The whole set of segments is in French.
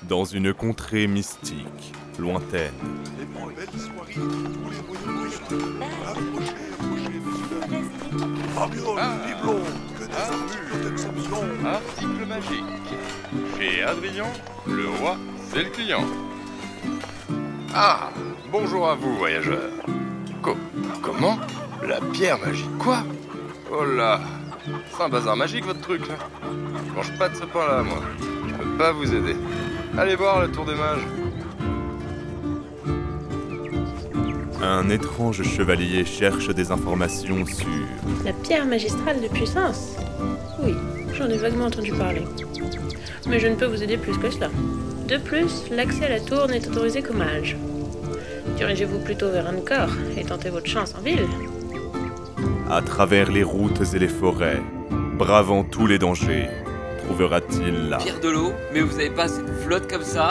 Dans une contrée mystique, lointaine, Article magique. Chez Adrien, le roi, c'est le client. Ah, bonjour à vous, voyageurs. Comment? La pierre magique, quoi? Oh là, c'est un bazar magique, votre truc, là. Je mange pas de ce pain-là, moi. Je peux pas vous aider. Allez voir la tour des mages. un étrange chevalier cherche des informations sur... La pierre magistrale de puissance? Oui, j'en ai vaguement entendu parler. Mais je ne peux vous aider plus que cela. De plus, l'accès à la tour n'est autorisé qu'aux mages. Dirigez-vous plutôt vers Ankor et tentez votre chance en ville. À travers les routes et les forêts, bravant tous les dangers, trouvera-t-il là... Pierre de l'eau, mais vous avez pas assez de flotte comme ça.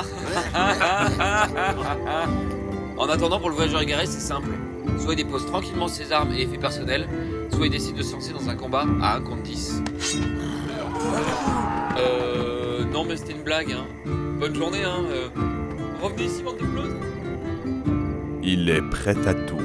En attendant, pour le voyageur égaré, c'est simple. Soit il dépose tranquillement ses armes et effets personnels, soit il décide de se lancer dans un combat à 1 contre 10. Non mais c'était une blague, hein. Bonne journée, hein. Revenez ici, bande de pleutres. Il est prêt à tout.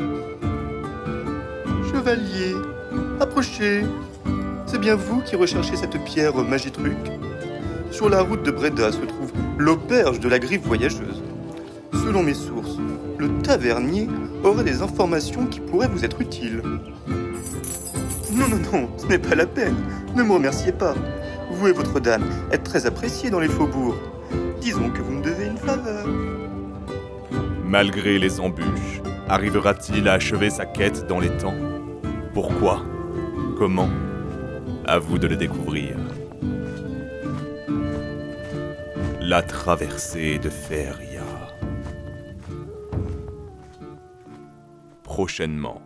Chevalier, approchez. C'est bien vous qui recherchez cette pierre magitruc? Sur la route de Breda se trouve l'auberge de la Griffe voyageuse. Selon mes sources, le tavernier aurait des informations qui pourraient vous être utiles. Non, ce n'est pas la peine. Ne me remerciez pas. Vous et votre dame êtes très appréciés dans les faubourgs. Disons que vous me devez une faveur. Malgré les embûches, arrivera-t-il à achever sa quête dans les temps? Pourquoi? Comment? À vous de le découvrir. La traversée de Feria. Prochainement.